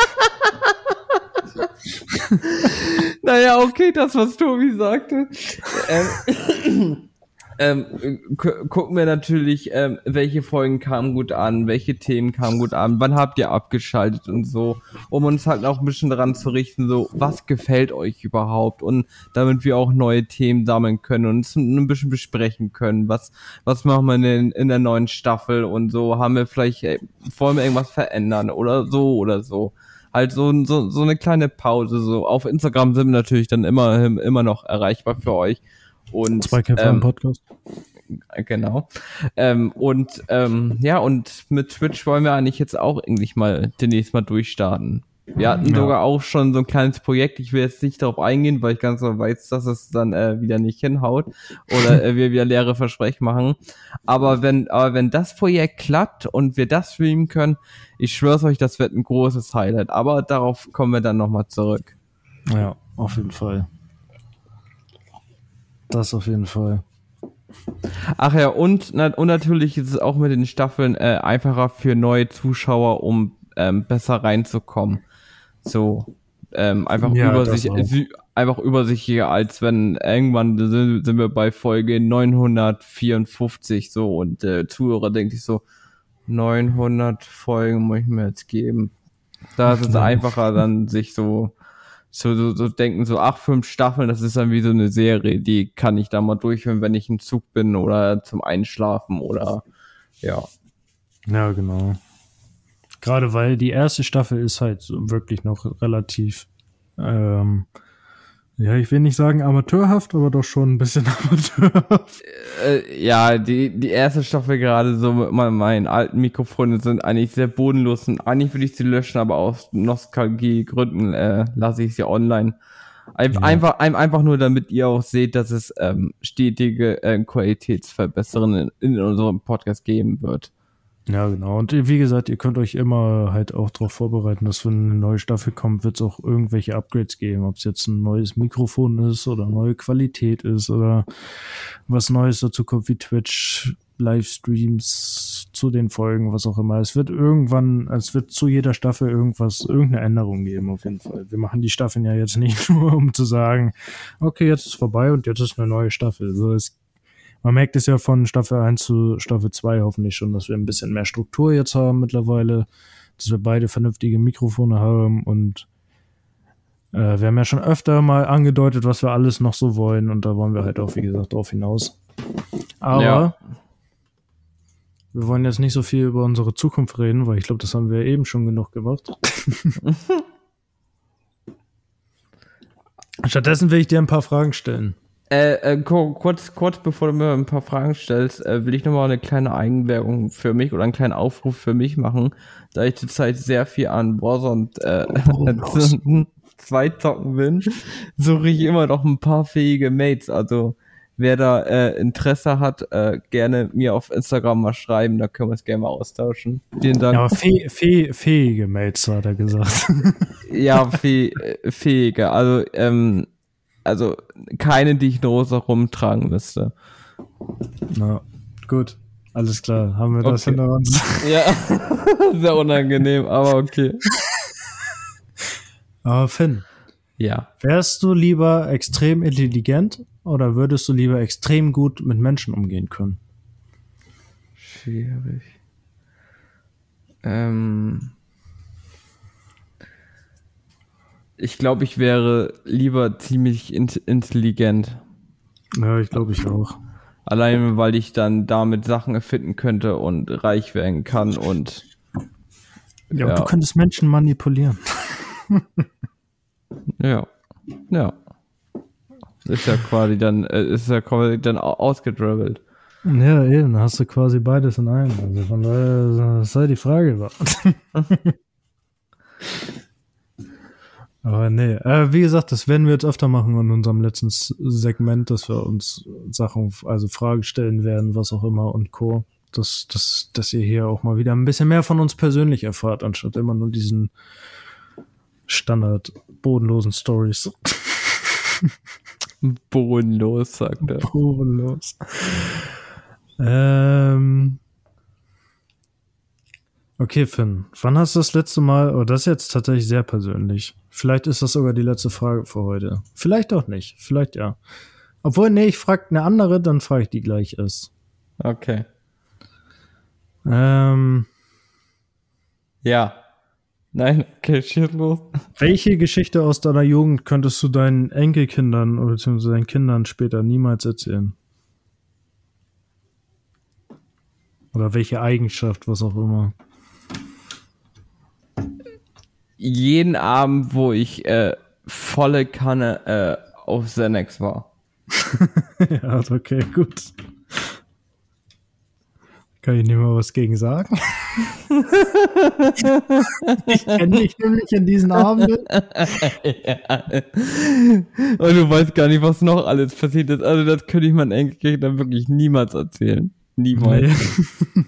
Naja, okay, das, was Tobi sagte. Ähm, ähm, gu- gucken wir natürlich, ähm, welche Folgen kamen gut an, welche Themen kamen gut an, wann habt ihr abgeschaltet und so, um uns halt auch ein bisschen daran zu richten, so, was gefällt euch überhaupt, und damit wir auch neue Themen sammeln können und uns ein bisschen besprechen können, was, was machen wir denn in der neuen Staffel und so, haben wir vielleicht, ey, wollen wir irgendwas verändern oder so oder so. Halt so, so, so eine kleine Pause, so. Auf Instagram sind wir natürlich dann immer, immer noch erreichbar für euch. Und, Zwei Kämpfer ähm, im Podcast. Genau. Ähm, und ähm, ja, und mit Twitch wollen wir eigentlich jetzt auch eigentlich mal demnächst mal durchstarten. Wir hatten Ja. sogar auch schon so ein kleines Projekt. Ich will jetzt nicht darauf eingehen, weil ich ganz genau weiß, dass es dann äh, wieder nicht hinhaut oder äh, wir wieder leere Versprechen machen. Aber wenn, aber wenn das Projekt klappt und wir das streamen können, ich schwör's euch, das wird ein großes Highlight. Aber darauf kommen wir dann nochmal zurück. Ja, auf jeden Fall. Das auf jeden Fall. Ach ja, und, na, und natürlich ist es auch mit den Staffeln äh, einfacher für neue Zuschauer, um ähm, besser reinzukommen. So, ähm, einfach Ja, übersicht, das auch. sü- einfach übersichtlicher, als wenn irgendwann sind, sind wir bei Folge neunhundertvierundfünfzig so und der Zuhörer denkt sich so, neunhundert Folgen muss ich mir jetzt geben. Da ist es Ja. einfacher, dann sich so so, so, so denken, so, ach, fünf Staffeln, das ist dann wie so eine Serie, die kann ich da mal durchhören, wenn ich im Zug bin oder zum Einschlafen oder, ja. Ja, genau. Gerade weil die erste Staffel ist halt so wirklich noch relativ, ähm, ja, ich will nicht sagen amateurhaft, aber doch schon ein bisschen amateurhaft. Äh, ja, die, die erste Staffel gerade so mit meinen, meinen alten Mikrofonen sind eigentlich sehr bodenlos und eigentlich würde ich sie löschen, aber aus Nostalgiegründen äh, lasse ich sie online. Ein, Ja. einfach, ein, einfach nur, damit ihr auch seht, dass es ähm, stetige äh, Qualitätsverbesserungen in, in unserem Podcast geben wird. Ja, genau. Und wie gesagt, ihr könnt euch immer halt auch darauf vorbereiten, dass wenn eine neue Staffel kommt, wird es auch irgendwelche Upgrades geben. Ob es jetzt ein neues Mikrofon ist oder neue Qualität ist oder was Neues dazu kommt wie Twitch, Livestreams zu den Folgen, was auch immer. Es wird irgendwann, es wird zu jeder Staffel irgendwas, irgendeine Änderung geben auf jeden Fall. Wir machen die Staffeln ja jetzt nicht nur, um zu sagen, okay, jetzt ist vorbei und jetzt ist eine neue Staffel. So, es Man merkt es ja von Staffel eins zu Staffel zwei hoffentlich schon, dass wir ein bisschen mehr Struktur jetzt haben mittlerweile, dass wir beide vernünftige Mikrofone haben und äh, wir haben ja schon öfter mal angedeutet, was wir alles noch so wollen und da wollen wir halt auch, wie gesagt, drauf hinaus. Aber Ja. wir wollen jetzt nicht so viel über unsere Zukunft reden, weil ich glaube, das haben wir eben schon genug gemacht. Stattdessen will ich dir ein paar Fragen stellen. Äh, äh, ku- kurz, kurz bevor du mir ein paar Fragen stellst, äh, will ich nochmal eine kleine Eigenwerbung für mich oder einen kleinen Aufruf für mich machen, da ich zurzeit sehr viel an Warzone äh, zwei zocken bin, suche ich immer noch ein paar fähige Mates. Also wer da äh, Interesse hat, äh, gerne mir auf Instagram mal schreiben, da können wir es gerne mal austauschen. Vielen Dank. Ja, aber fäh fäh fähige Mates, hat er gesagt. Ja, fäh fähige, also, ähm, also keine, die ich in rosa rumtragen müsste. Na, gut. Alles klar, haben wir das Okay. hinter uns. Ja, sehr unangenehm, aber okay. Aber Finn, Ja. wärst du lieber extrem intelligent oder würdest du lieber extrem gut mit Menschen umgehen können? Schwierig. Ähm, ich glaube, ich wäre lieber ziemlich int- intelligent. Ja, ich glaube ich auch. Allein, weil ich dann damit Sachen erfinden könnte und reich werden kann und Ja, Ja. und du könntest Menschen manipulieren. ja, ja. Ist ja quasi dann, äh, ist ja quasi dann au- ausgedribbelt. Ja, eben, da hast du quasi beides in einem. Also von daher sei die Frage war. Aber nee, äh, wie gesagt, das werden wir jetzt öfter machen in unserem letzten S- Segment, dass wir uns Sachen, also Fragen stellen werden, was auch immer und Co. Dass, dass, dass ihr hier auch mal wieder ein bisschen mehr von uns persönlich erfahrt, anstatt immer nur diesen Standard bodenlosen Stories. Bodenlos, sagt er. Bodenlos. Ähm. Okay, Finn, wann hast du das letzte Mal, oh, das ist jetzt tatsächlich sehr persönlich. Vielleicht ist das sogar die letzte Frage für heute. Vielleicht auch nicht, vielleicht ja. Obwohl, nee, ich frage eine andere, dann frage ich die gleich erst. Okay. Ähm, Ja. Nein, okay, schieß los. welche Geschichte aus deiner Jugend könntest du deinen Enkelkindern oder beziehungsweise deinen Kindern später niemals erzählen? Oder welche Eigenschaft, was auch immer. Jeden Abend, wo ich äh, volle Kanne äh, auf Xanax war. Ja, okay, gut. Kann ich nicht mal was gegen sagen? Ich kenne dich nämlich in diesen Abenden. Ja. Und du weißt gar nicht, was noch alles passiert ist. Also das könnte ich meinen Enkelkindern wirklich niemals erzählen. Niemals. Nee.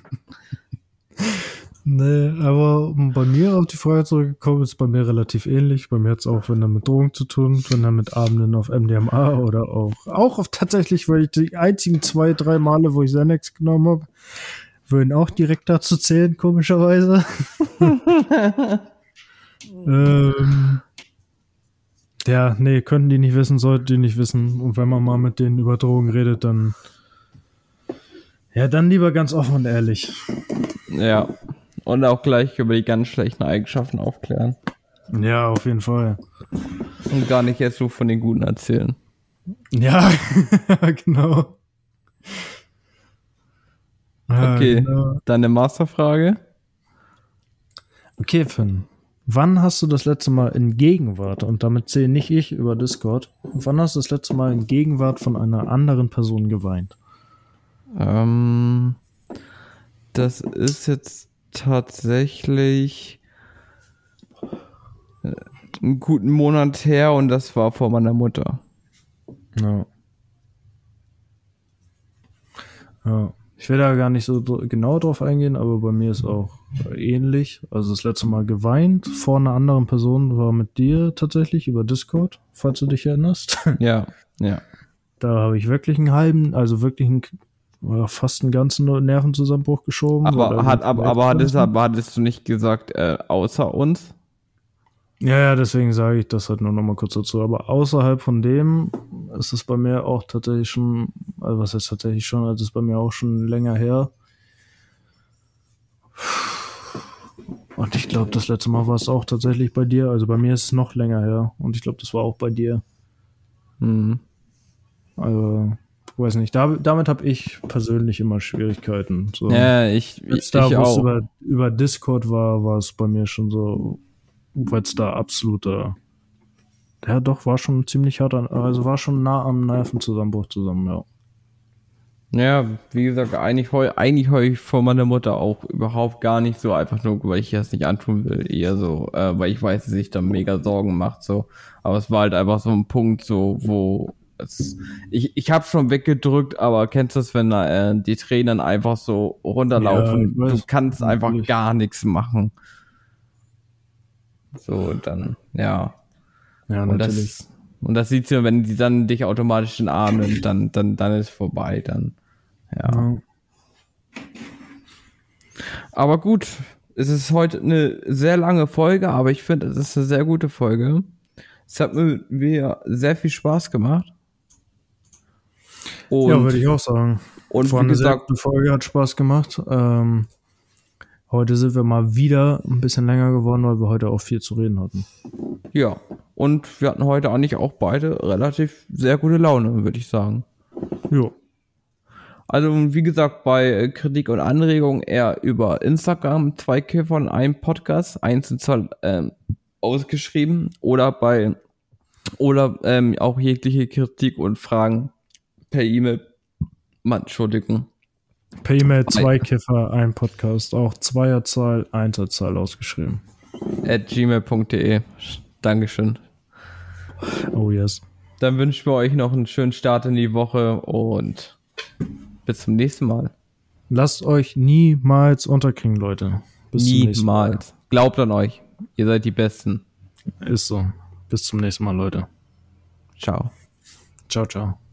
Nee, aber um bei mir auf die Frage zurückgekommen, ist bei mir relativ ähnlich. Bei mir hat es auch, wenn er mit Drogen zu tun, wenn er mit Abenden auf M D M A oder auch, auch auf tatsächlich, weil ich die einzigen zwei, drei Male, wo ich Xanax genommen habe, würden auch direkt dazu zählen, komischerweise. ähm, ja, nee, können die nicht wissen, sollten die nicht wissen. Und wenn man mal mit denen über Drogen redet, dann ja, dann lieber ganz offen und ehrlich. Ja. Und auch gleich über die ganz schlechten Eigenschaften aufklären. Ja, auf jeden Fall. Und gar nicht erst so von den Guten erzählen. Ja, genau. Ja, Okay, genau. dann eine Masterfrage. Okay, Finn. Wann hast du das letzte Mal in Gegenwart, und damit zähle nicht ich über Discord, wann hast du das letzte Mal in Gegenwart von einer anderen Person geweint? Ähm, das ist jetzt tatsächlich äh, einen guten Monat her und das war vor meiner Mutter. Ja. Ja. Ich will da gar nicht so dr- genau drauf eingehen, aber bei mir ist auch ähnlich. Also das letzte Mal geweint vor einer anderen Person war mit dir tatsächlich über Discord, falls du dich erinnerst. Ja, ja. Da habe ich wirklich einen halben, also wirklich einen, oder fast einen ganzen Nervenzusammenbruch geschoben. Aber, Oder hat, aber, aber, hattest, aber hattest du nicht gesagt, äh, außer uns? Ja, ja, deswegen sage ich das halt nur noch mal kurz dazu. Aber außerhalb von dem ist es bei mir auch tatsächlich schon, also was heißt tatsächlich schon, also es ist bei mir auch schon länger her. Und ich glaube, das letzte Mal war es auch tatsächlich bei dir. Also bei mir ist es noch länger her. Und ich glaube, das war auch bei dir. Mhm. Also, ich weiß nicht. Da, damit habe ich persönlich immer Schwierigkeiten. So. Ja, ich, ich, Jetzt da, ich wo es auch. über, über Discord war, war es bei mir schon so, weil es da absoluter, ja doch, war schon ziemlich hart, an, also war schon nah am Nervenzusammenbruch zusammen, ja. Ja, wie gesagt, eigentlich heu, eigentlich heu ich vor meiner Mutter auch überhaupt gar nicht so, einfach nur, weil ich das nicht antun will, eher so, äh, weil ich weiß, dass sie sich da mega Sorgen macht, so. Aber es war halt einfach so ein Punkt, so, wo es, ich ich habe schon weggedrückt, aber kennst du das, wenn äh, die Tränen einfach so runterlaufen? Ja, du kannst einfach natürlich. gar nichts machen. So, dann, ja. Ja, und natürlich. das Und das sieht sie, wenn die dann dich automatisch in den Arm nimmt, dann, dann, dann ist vorbei, dann, ja. Ja. Aber gut, es ist heute eine sehr lange Folge, aber ich finde, es ist eine sehr gute Folge. Es hat mir mir sehr viel Spaß gemacht. Und, ja, würde ich auch sagen. Und Vor wie eine sehr gesagt, gute Folge, hat Spaß gemacht. Ähm, heute sind wir mal wieder ein bisschen länger geworden, weil wir heute auch viel zu reden hatten. ja. Und wir hatten heute eigentlich auch beide relativ sehr gute Laune, würde ich sagen. Jo. Also, wie gesagt, bei Kritik und Anregungen eher über Instagram, zwei Kiffer und ein Podcast, eins ist halt ähm, ausgeschrieben, oder bei, oder ähm, auch jegliche Kritik und Fragen per E-Mail. Mann, Entschuldigung. Per E-Mail zwei Kiffer, ein Podcast, auch Zweierzahl, Einserzahl ausgeschrieben. at gmail punkt de. Dankeschön. Oh yes. Dann wünschen wir euch noch einen schönen Start in die Woche und bis zum nächsten Mal. Lasst euch niemals unterkriegen, Leute. Bis zum nächsten Mal. Niemals. Glaubt an euch. Ihr seid die Besten. Ist so. Bis zum nächsten Mal, Leute. Ciao. Ciao, ciao.